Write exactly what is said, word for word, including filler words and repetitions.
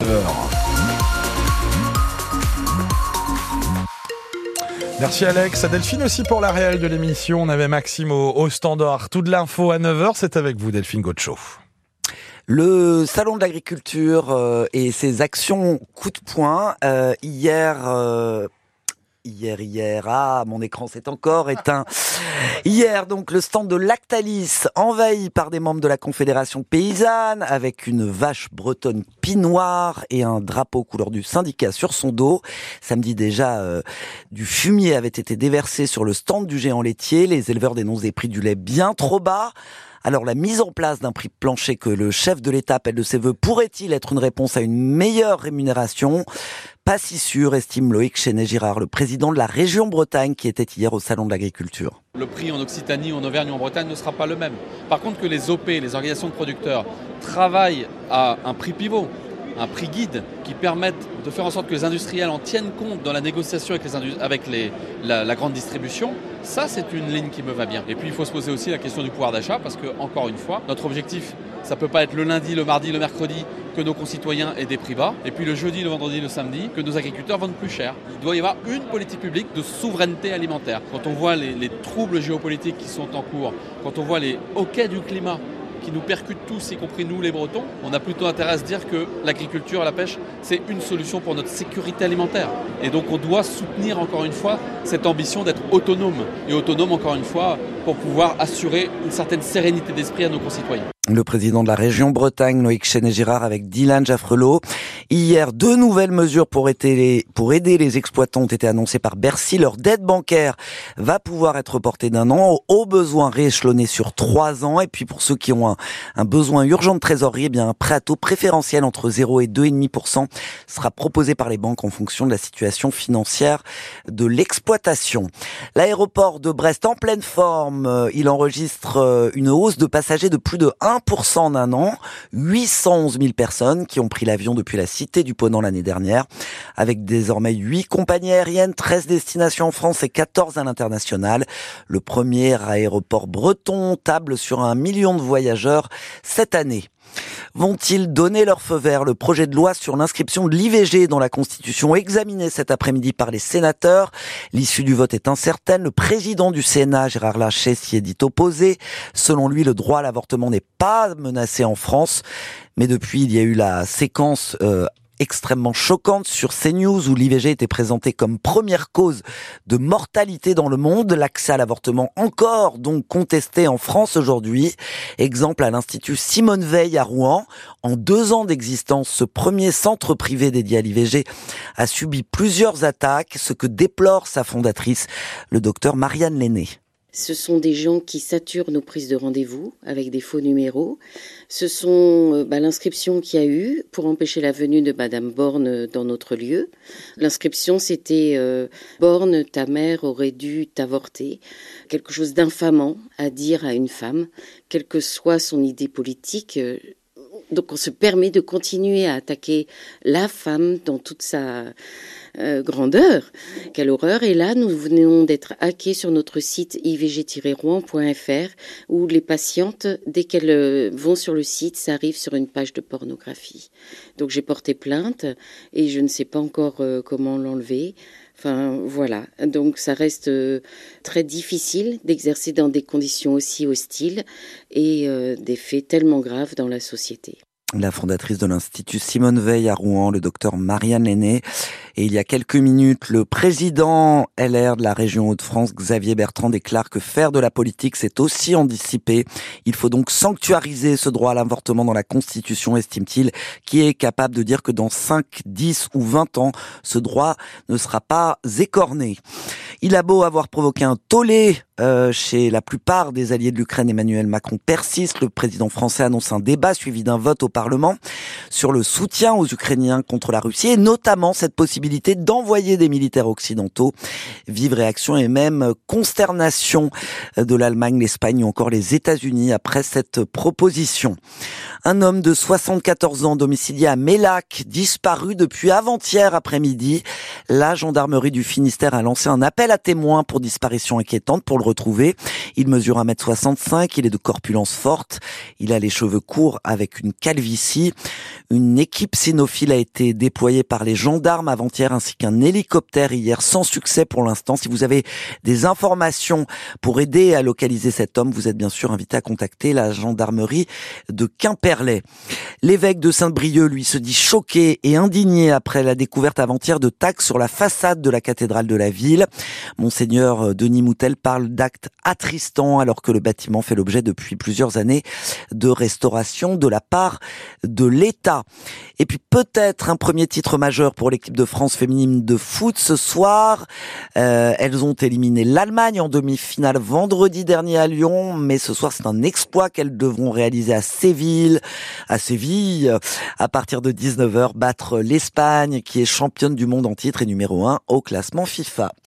neuf heures. Merci Alex, à Delphine aussi pour la réelle de l'émission. On avait Maxime au, au standard. Toute l'info à neuf heures, c'est avec vous Delphine Gaucho. Le salon de l'agriculture euh, et ses actions coup de poing. Euh, hier, euh, hier, hier, ah, mon écran s'est encore éteint. Hier, donc, le stand de Lactalis envahi par des membres de la Confédération paysanne avec une vache bretonne pie-noire et un drapeau couleur du syndicat sur son dos. Samedi déjà, euh, du fumier avait été déversé sur le stand du géant laitier. Les éleveurs dénoncent des prix du lait bien trop bas. Alors la mise en place d'un prix plancher que le chef de l'État appelle de ses vœux pourrait-il être une réponse à une meilleure rémunération ? Pas si sûr, estime Loïc Chenet-Girard, le président de la région Bretagne qui était hier au salon de l'agriculture. Le prix en Occitanie, en Auvergne ou en Bretagne ne sera pas le même. Par contre que les O P, les organisations de producteurs, travaillent à un prix pivot, un prix guide qui permette de faire en sorte que les industriels en tiennent compte dans la négociation avec, les industri- avec les, la, la grande distribution, ça c'est une ligne qui me va bien. Et puis il faut se poser aussi la question du pouvoir d'achat parce que, encore une fois, notre objectif, ça ne peut pas être le lundi, le mardi, le mercredi que nos concitoyens aient des prix bas, et puis le jeudi, le vendredi, le samedi, que nos agriculteurs vendent plus cher. Il doit y avoir une politique publique de souveraineté alimentaire. Quand on voit les, les troubles géopolitiques qui sont en cours, quand on voit les hoquets du climat qui nous percutent tous, y compris nous les Bretons, on a plutôt intérêt à se dire que l'agriculture et la pêche, c'est une solution pour notre sécurité alimentaire. Et donc on doit soutenir encore une fois cette ambition d'être autonome. Et autonome encore une fois pour pouvoir assurer une certaine sérénité d'esprit à nos concitoyens. Le président de la région Bretagne, Loïc Chenet-Girard, avec Dylan Jaffrelot. Hier, deux nouvelles mesures pour aider, les, pour aider les exploitants ont été annoncées par Bercy. Leur dette bancaire va pouvoir être reportée d'un an, au besoin rééchelonné sur trois ans. Et puis pour ceux qui ont un, un besoin urgent de trésorerie, eh bien un prêt à taux préférentiel entre zéro et deux virgule cinq pour cent sera proposé par les banques en fonction de la situation financière de l'exploitation. L'aéroport de Brest en pleine forme, il enregistre une hausse de passagers de plus de un pour cent en un an, huit cent onze mille personnes qui ont pris l'avion depuis la Cité du Ponant l'année dernière, avec désormais huit compagnies aériennes, treize destinations en France et quatorze à l'international. Le premier aéroport breton table sur un million de voyageurs cette année. Vont-ils donner leur feu vert? Le projet de loi sur l'inscription de l'I V G dans la Constitution examiné cet après-midi par les sénateurs. L'issue du vote est incertaine. Le président du Sénat, Gérard Larcher, s'y est dit opposé. Selon lui, le droit à l'avortement n'est pas menacé en France. Mais depuis, il y a eu la séquence euh, extrêmement choquante sur CNews où l'I V G était présenté comme première cause de mortalité dans le monde. L'accès à l'avortement encore donc contesté en France aujourd'hui. Exemple à l'Institut Simone Veil à Rouen. En deux ans d'existence, ce premier centre privé dédié à l'I V G a subi plusieurs attaques, ce que déplore sa fondatrice, le docteur Marianne Lenné. Ce sont des gens qui saturent nos prises de rendez-vous avec des faux numéros. Ce sont bah, l'inscription qu'il y a eu pour empêcher la venue de Madame Borne dans notre lieu. L'inscription, c'était euh, « Borne, ta mère aurait dû t'avorter ». Quelque chose d'infamant à dire à une femme, quelle que soit son idée politique. Donc on se permet de continuer à attaquer la femme dans toute sa euh, grandeur. Quelle horreur. Et là, nous venons d'être hackés sur notre site i v g tiret rouen point f r où les patientes, dès qu'elles vont sur le site, ça arrive sur une page de pornographie. Donc j'ai porté plainte et je ne sais pas encore euh, comment l'enlever. Enfin, voilà. Donc, ça reste euh, très difficile d'exercer dans des conditions aussi hostiles et euh, des faits tellement graves dans la société. La fondatrice de l'Institut Simone Veil à Rouen, le docteur Marianne Lenné. Et il y a quelques minutes, le président L R de la région Hauts-de-France, Xavier Bertrand, déclare que faire de la politique, c'est aussi en dissiper. Il faut donc sanctuariser ce droit à l'avortement dans la Constitution, estime-t-il, qui est capable de dire que dans cinq, dix ou vingt ans, ce droit ne sera pas écorné. Il a beau avoir provoqué un tollé euh, chez la plupart des alliés de l'Ukraine, Emmanuel Macron persiste. Le président français annonce un débat suivi d'un vote au Parlement sur le soutien aux Ukrainiens contre la Russie et notamment cette possibilité d'envoyer des militaires occidentaux. Vive réaction et même consternation de l'Allemagne, l'Espagne ou encore les États-Unis après cette proposition. Un homme de soixante-quatorze ans domicilié à Mélac, disparu depuis avant-hier après-midi. La gendarmerie du Finistère a lancé un appel à témoins pour disparition inquiétante. Pour le retrouvé. Il mesure un mètre soixante-cinq, il est de corpulence forte, il a les cheveux courts avec une calvitie. Une équipe cynophile a été déployée par les gendarmes avant-hier ainsi qu'un hélicoptère hier, sans succès pour l'instant. Si vous avez des informations pour aider à localiser cet homme, vous êtes bien sûr invité à contacter la gendarmerie de Quimperlé. L'évêque de Saint-Brieuc, lui, se dit choqué et indigné après la découverte avant-hier de tags sur la façade de la cathédrale de la ville. Monseigneur Denis Moutel parle d'actes attristants alors que le bâtiment fait l'objet depuis plusieurs années de restauration de la part de l'État. Et puis peut-être un premier titre majeur pour l'équipe de France féminine de foot ce soir. Euh, elles ont éliminé l'Allemagne en demi-finale vendredi dernier à Lyon, mais ce soir c'est un exploit qu'elles devront réaliser à Séville, à Séville, à partir de dix-neuf heures, battre l'Espagne qui est championne du monde en titre et numéro un au classement FIFA.